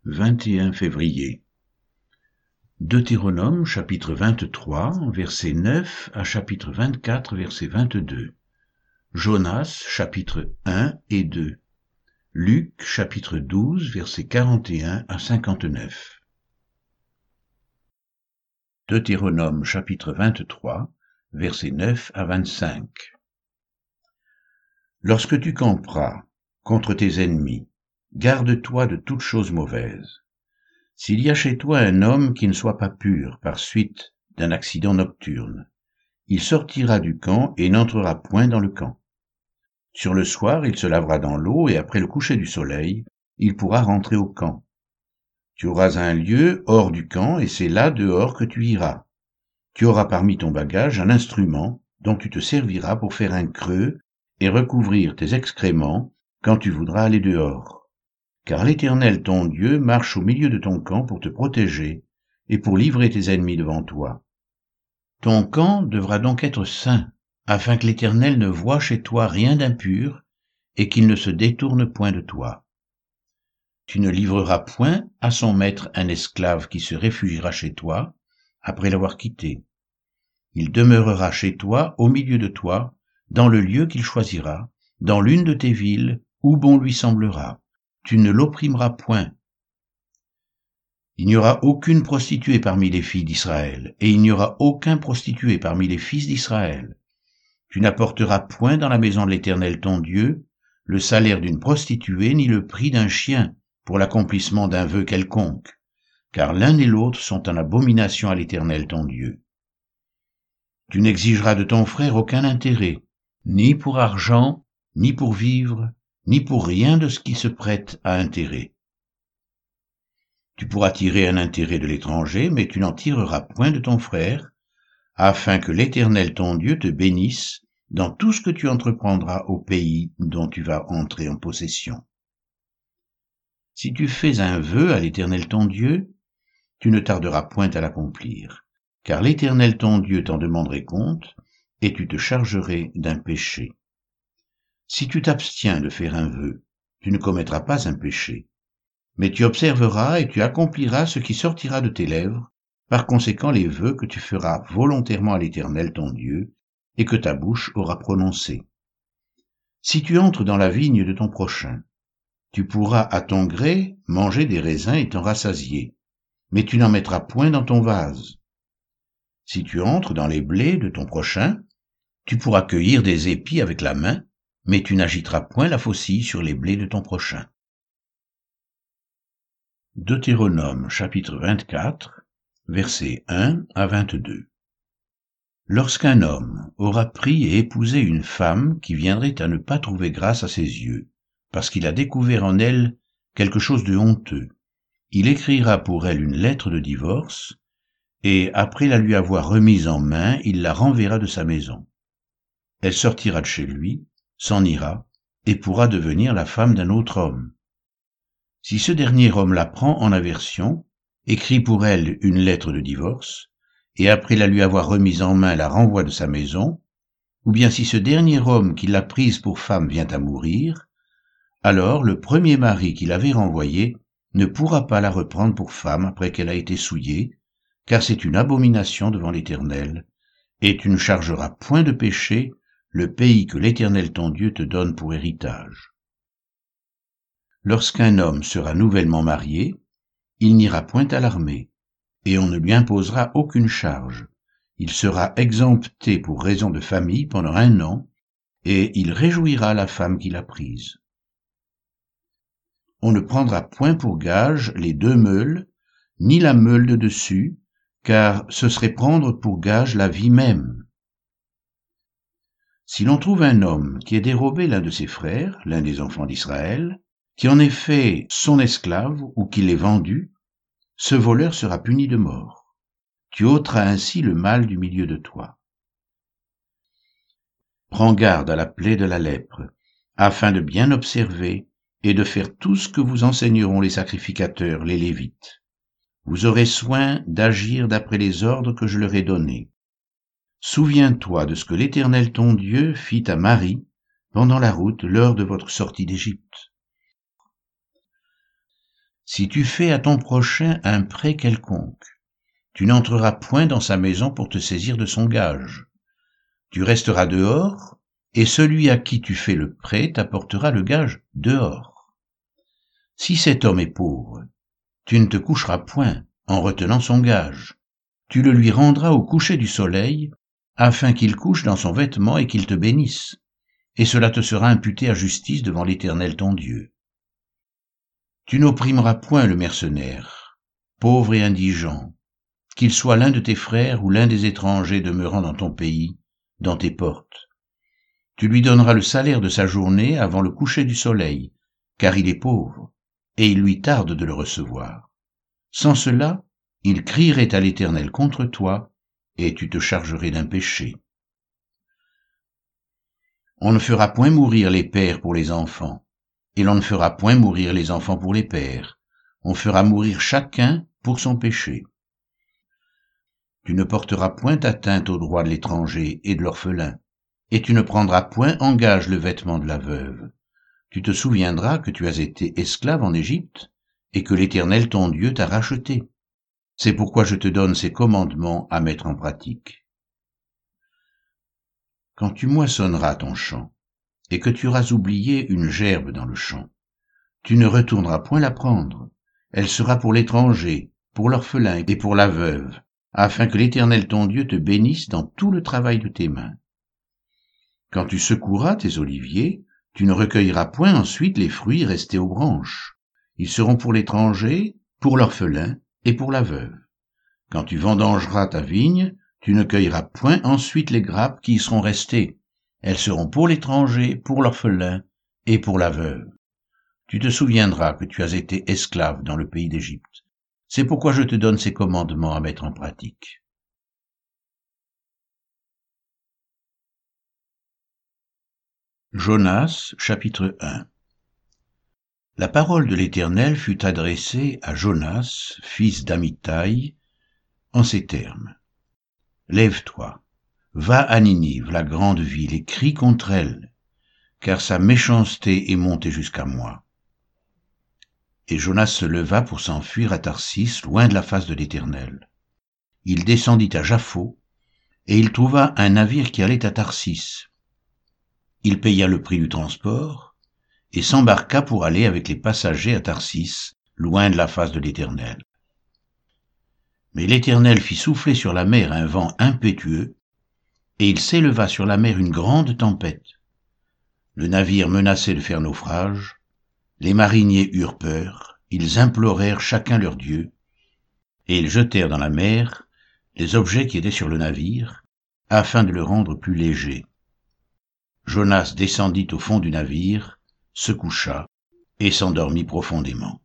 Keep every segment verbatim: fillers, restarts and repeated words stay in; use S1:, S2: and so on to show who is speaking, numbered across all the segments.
S1: vingt et un février. Deutéronome chapitre vingt-trois, verset neuf à chapitre vingt-quatre, verset vingt-deux. Jonas chapitre un et deux. Luc chapitre douze, verset quarante et un à cinquante-neuf. Deutéronome chapitre vingt-trois, verset neuf à vingt-cinq. Lorsque tu camperas contre tes ennemis, garde-toi de toute chose mauvaise. S'il y a chez toi un homme qui ne soit pas pur par suite d'un accident nocturne, il sortira du camp et n'entrera point dans le camp. Sur le soir, il se lavera dans l'eau et après le coucher du soleil, il pourra rentrer au camp. Tu auras un lieu hors du camp et c'est là dehors que tu iras. Tu auras parmi ton bagage un instrument dont tu te serviras pour faire un creux et recouvrir tes excréments quand tu voudras aller dehors. Car l'Éternel ton Dieu marche au milieu de ton camp pour te protéger et pour livrer tes ennemis devant toi. Ton camp devra donc être saint, afin que l'Éternel ne voie chez toi rien d'impur et qu'il ne se détourne point de toi. Tu ne livreras point à son maître un esclave qui se réfugiera chez toi après l'avoir quitté. Il demeurera chez toi, au milieu de toi, dans le lieu qu'il choisira, dans l'une de tes villes, où bon lui semblera. Tu ne l'opprimeras point. Il n'y aura aucune prostituée parmi les filles d'Israël, et il n'y aura aucun prostitué parmi les fils d'Israël. Tu n'apporteras point dans la maison de l'Éternel ton Dieu le salaire d'une prostituée ni le prix d'un chien pour l'accomplissement d'un vœu quelconque, car l'un et l'autre sont en abomination à l'Éternel ton Dieu. Tu n'exigeras de ton frère aucun intérêt, ni pour argent, ni pour vivre, ni pour rien de ce qui se prête à intérêt. Tu pourras tirer un intérêt de l'étranger, mais tu n'en tireras point de ton frère, afin que l'Éternel ton Dieu te bénisse dans tout ce que tu entreprendras au pays dont tu vas entrer en possession. Si tu fais un vœu à l'Éternel ton Dieu, tu ne tarderas point à l'accomplir, car l'Éternel ton Dieu t'en demanderait compte, et tu te chargerais d'un péché. Si tu t'abstiens de faire un vœu, tu ne commettras pas un péché, mais tu observeras et tu accompliras ce qui sortira de tes lèvres, par conséquent les vœux que tu feras volontairement à l'Éternel ton Dieu, et que ta bouche aura prononcés. Si tu entres dans la vigne de ton prochain, tu pourras à ton gré manger des raisins et t'en rassasier, mais tu n'en mettras point dans ton vase. Si tu entres dans les blés de ton prochain, tu pourras cueillir des épis avec la main, mais tu n'agiteras point la faucille sur les blés de ton prochain. Deutéronome chapitre vingt-quatre, versets un à vingt-deux. Lorsqu'un homme aura pris et épousé une femme qui viendrait à ne pas trouver grâce à ses yeux, parce qu'il a découvert en elle quelque chose de honteux, il écrira pour elle une lettre de divorce, et après la lui avoir remise en main, il la renverra de sa maison. Elle sortira de chez lui, s'en ira, et pourra devenir la femme d'un autre homme. Si ce dernier homme la prend en aversion, écrit pour elle une lettre de divorce, et après la lui avoir remise en main la renvoie de sa maison, ou bien si ce dernier homme qui l'a prise pour femme vient à mourir, alors le premier mari qui l'avait renvoyée ne pourra pas la reprendre pour femme après qu'elle a été souillée, car c'est une abomination devant l'Éternel, et tu ne chargeras point de péché le pays que l'Éternel ton Dieu te donne pour héritage. Lorsqu'un homme sera nouvellement marié, il n'ira point à l'armée, et on ne lui imposera aucune charge. Il sera exempté pour raison de famille pendant un an, et il réjouira la femme qu'il a prise. On ne prendra point pour gage les deux meules, ni la meule de dessus, car ce serait prendre pour gage la vie même. Si l'on trouve un homme qui ait dérobé l'un de ses frères, l'un des enfants d'Israël, qui en ait fait son esclave ou qui l'ait vendu, ce voleur sera puni de mort. Tu ôteras ainsi le mal du milieu de toi. Prends garde à la plaie de la lèpre, afin de bien observer et de faire tout ce que vous enseigneront les sacrificateurs, les Lévites. Vous aurez soin d'agir d'après les ordres que je leur ai donnés. Souviens-toi de ce que l'Éternel ton Dieu fit à Marie pendant la route lors de votre sortie d'Égypte. Si tu fais à ton prochain un prêt quelconque, tu n'entreras point dans sa maison pour te saisir de son gage. Tu resteras dehors, et celui à qui tu fais le prêt t'apportera le gage dehors. Si cet homme est pauvre, tu ne te coucheras point en retenant son gage. Tu le lui rendras au coucher du soleil, afin qu'il couche dans son vêtement et qu'il te bénisse. Et cela te sera imputé à justice devant l'Éternel ton Dieu. Tu n'opprimeras point le mercenaire, pauvre et indigent, qu'il soit l'un de tes frères ou l'un des étrangers demeurant dans ton pays, dans tes portes. Tu lui donneras le salaire de sa journée avant le coucher du soleil, car il est pauvre, et il lui tarde de le recevoir. Sans cela, il crierait à l'Éternel contre toi, et tu te chargerais d'un péché. On ne fera point mourir les pères pour les enfants, et l'on ne fera point mourir les enfants pour les pères. On fera mourir chacun pour son péché. Tu ne porteras point atteinte aux droits de l'étranger et de l'orphelin, et tu ne prendras point en gage le vêtement de la veuve. Tu te souviendras que tu as été esclave en Égypte, et que l'Éternel ton Dieu t'a racheté. C'est pourquoi je te donne ces commandements à mettre en pratique. Quand tu moissonneras ton champ, et que tu auras oublié une gerbe dans le champ, tu ne retourneras point la prendre. Elle sera pour l'étranger, pour l'orphelin et pour la veuve, afin que l'Éternel ton Dieu te bénisse dans tout le travail de tes mains. Quand tu secoueras tes oliviers, tu ne recueilleras point ensuite les fruits restés aux branches. Ils seront pour l'étranger, pour l'orphelin et pour la veuve. Quand tu vendangeras ta vigne, tu ne cueilleras point ensuite les grappes qui y seront restées. Elles seront pour l'étranger, pour l'orphelin et pour la veuve. Tu te souviendras que tu as été esclave dans le pays d'Égypte. C'est pourquoi je te donne ces commandements à mettre en pratique. Jonas, chapitre un. La parole de l'Éternel fut adressée à Jonas, fils d'Amittai, en ces termes. Lève-toi, va à Ninive, la grande ville, et crie contre elle, car sa méchanceté est montée jusqu'à moi. Et Jonas se leva pour s'enfuir à Tarsis, loin de la face de l'Éternel. Il descendit à Jaffo, et il trouva un navire qui allait à Tarsis. Il paya le prix du transport, et s'embarqua pour aller avec les passagers à Tarsis, loin de la face de l'Éternel. Mais l'Éternel fit souffler sur la mer un vent impétueux, et il s'éleva sur la mer une grande tempête. Le navire menaçait de faire naufrage, les mariniers eurent peur, ils implorèrent chacun leur Dieu, et ils jetèrent dans la mer les objets qui étaient sur le navire, afin de le rendre plus léger. Jonas descendit au fond du navire, se coucha, et s'endormit profondément.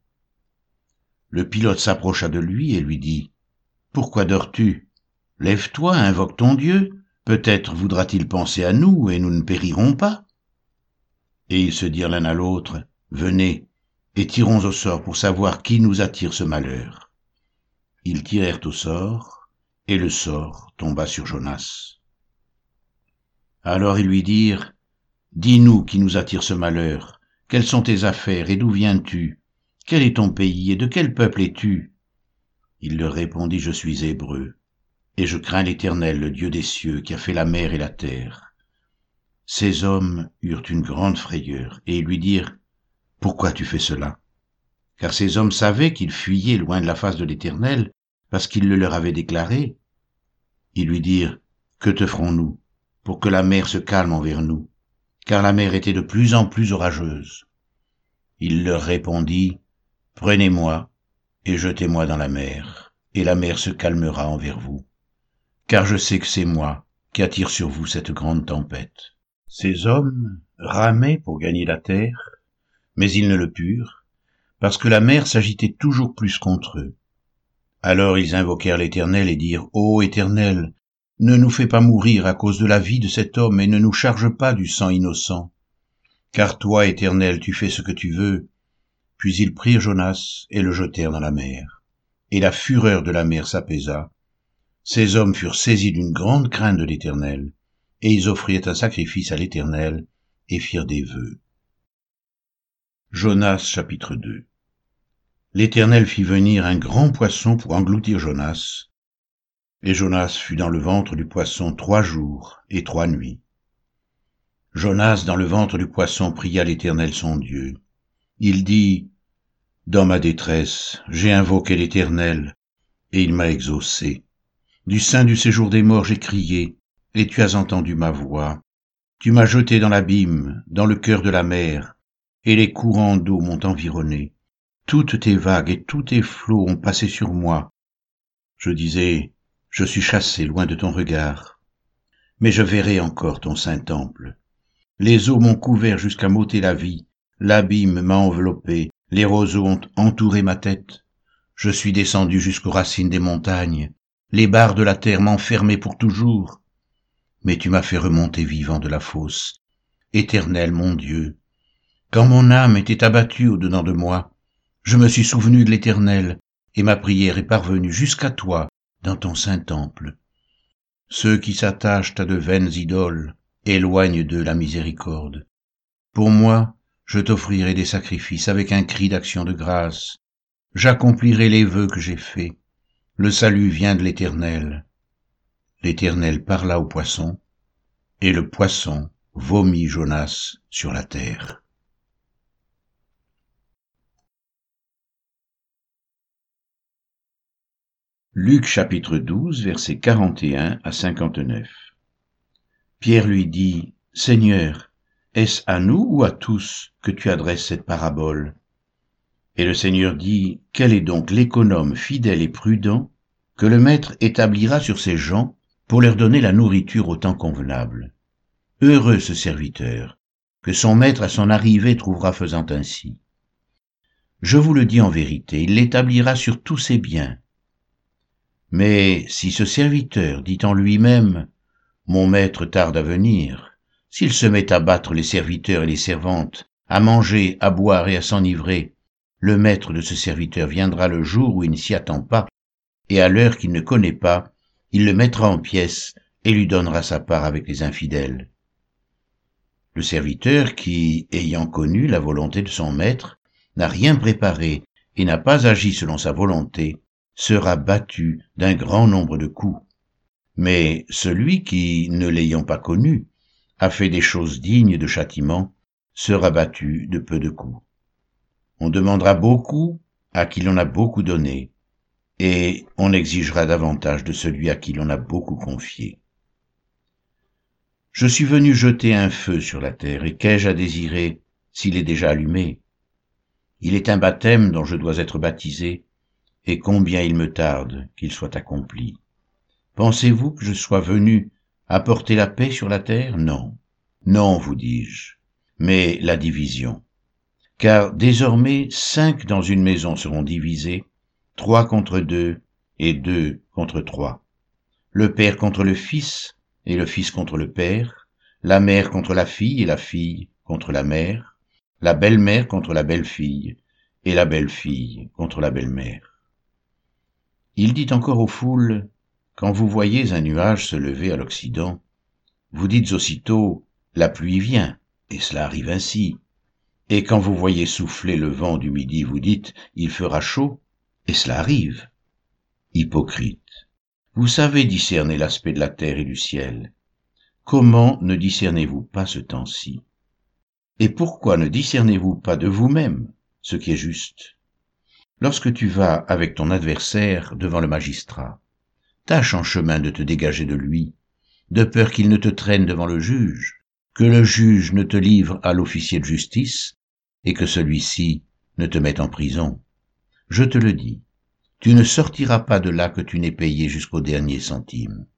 S1: Le pilote s'approcha de lui et lui dit, « Pourquoi dors-tu? Lève-toi, invoque ton Dieu, peut-être voudra-t-il penser à nous et nous ne périrons pas. » Et ils se dirent l'un à l'autre, « Venez, et tirons au sort pour savoir qui nous attire ce malheur. » Ils tirèrent au sort, et le sort tomba sur Jonas. Alors ils lui dirent, « Dis-nous qui nous attire ce malheur, quelles sont tes affaires et d'où viens-tu? Quel est ton pays et de quel peuple es-tu? » Il leur répondit, « Je suis hébreu, et je crains l'Éternel, le Dieu des cieux, qui a fait la mer et la terre. » Ces hommes eurent une grande frayeur, et ils lui dirent, « Pourquoi tu fais cela? » Car ces hommes savaient qu'ils fuyaient loin de la face de l'Éternel, parce qu'il le leur avait déclaré. Ils lui dirent, « Que te ferons-nous, pour que la mer se calme envers nous? » Car la mer était de plus en plus orageuse. Il leur répondit, « Prenez-moi, et jetez-moi dans la mer, et la mer se calmera envers vous. Car je sais que c'est moi qui attire sur vous cette grande tempête. » Ces hommes ramaient pour gagner la terre, mais ils ne le purent, parce que la mer s'agitait toujours plus contre eux. Alors ils invoquèrent l'Éternel et dirent, « Ô Éternel, ne nous fais pas mourir à cause de la vie de cet homme et ne nous charge pas du sang innocent. Car toi, Éternel, tu fais ce que tu veux. » Puis ils prirent Jonas et le jetèrent dans la mer. Et la fureur de la mer s'apaisa. Ces hommes furent saisis d'une grande crainte de l'Éternel, et ils offrirent un sacrifice à l'Éternel et firent des vœux. Jonas chapitre deux. l'Éternel fit venir un grand poisson pour engloutir Jonas, et Jonas fut dans le ventre du poisson trois jours et trois nuits. Jonas dans le ventre du poisson pria l'Éternel son Dieu. Il dit, « Dans ma détresse, j'ai invoqué l'Éternel, et il m'a exaucé. Du sein du séjour des morts j'ai crié, et tu as entendu ma voix. Tu m'as jeté dans l'abîme, dans le cœur de la mer, et les courants d'eau m'ont environné. Toutes tes vagues et tous tes flots ont passé sur moi. Je disais, je suis chassé loin de ton regard. Mais je verrai encore ton saint temple. Les eaux m'ont couvert jusqu'à m'ôter la vie, l'abîme m'a enveloppé, les roseaux ont entouré ma tête. Je suis descendu jusqu'aux racines des montagnes, les barres de la terre m'enfermaient pour toujours. Mais tu m'as fait remonter vivant de la fosse. Éternel mon Dieu, quand mon âme était abattue au-dedans de moi, je me suis souvenu de l'Éternel, et ma prière est parvenue jusqu'à toi dans ton saint temple. Ceux qui s'attachent à de vaines idoles éloignent d'eux la miséricorde. Pour moi, je t'offrirai des sacrifices avec un cri d'action de grâce. J'accomplirai les vœux que j'ai faits. Le salut vient de l'Éternel. L'Éternel parla au poisson, et le poisson vomit Jonas sur la terre. Luc chapitre douze, versets quarante et un à cinquante-neuf. Pierre lui dit, « Seigneur, est-ce à nous ou à tous que tu adresses cette parabole ?» Et le Seigneur dit, « Quel est donc l'économe fidèle et prudent que le maître établira sur ses gens pour leur donner la nourriture au temps convenable? Heureux ce serviteur, que son maître à son arrivée trouvera faisant ainsi. Je vous le dis en vérité, il l'établira sur tous ses biens. Mais si ce serviteur dit en lui-même, « Mon maître tarde à venir », s'il se met à battre les serviteurs et les servantes, à manger, à boire et à s'enivrer, le maître de ce serviteur viendra le jour où il ne s'y attend pas, et à l'heure qu'il ne connaît pas, il le mettra en pièces et lui donnera sa part avec les infidèles. Le serviteur qui, ayant connu la volonté de son maître, n'a rien préparé et n'a pas agi selon sa volonté, sera battu d'un grand nombre de coups. Mais celui qui, ne l'ayant pas connu, a fait des choses dignes de châtiment, sera battu de peu de coups. On demandera beaucoup à qui l'on a beaucoup donné, et on exigera davantage de celui à qui l'on a beaucoup confié. Je suis venu jeter un feu sur la terre, et qu'ai-je à désirer s'il est déjà allumé? Il est un baptême dont je dois être baptisé, et combien il me tarde qu'il soit accompli. Pensez-vous que je sois venu apporter la paix sur la terre? Non, non, vous dis-je, mais la division. Car désormais cinq dans une maison seront divisés, trois contre deux et deux contre trois. Le père contre le fils et le fils contre le père, la mère contre la fille et la fille contre la mère, la belle-mère contre la belle-fille et la belle-fille contre la belle-mère. Il dit encore aux foules, quand vous voyez un nuage se lever à l'Occident, vous dites aussitôt, la pluie vient, et cela arrive ainsi. Et quand vous voyez souffler le vent du midi, vous dites, il fera chaud, et cela arrive. Hypocrite, vous savez discerner l'aspect de la terre et du ciel. Comment ne discernez-vous pas ce temps-ci? Et pourquoi ne discernez-vous pas de vous-même ce qui est juste? Lorsque tu vas avec ton adversaire devant le magistrat, tâche en chemin de te dégager de lui, de peur qu'il ne te traîne devant le juge, que le juge ne te livre à l'officier de justice, et que celui-ci ne te mette en prison. Je te le dis, tu ne sortiras pas de là que tu n'aies payé jusqu'au dernier centime.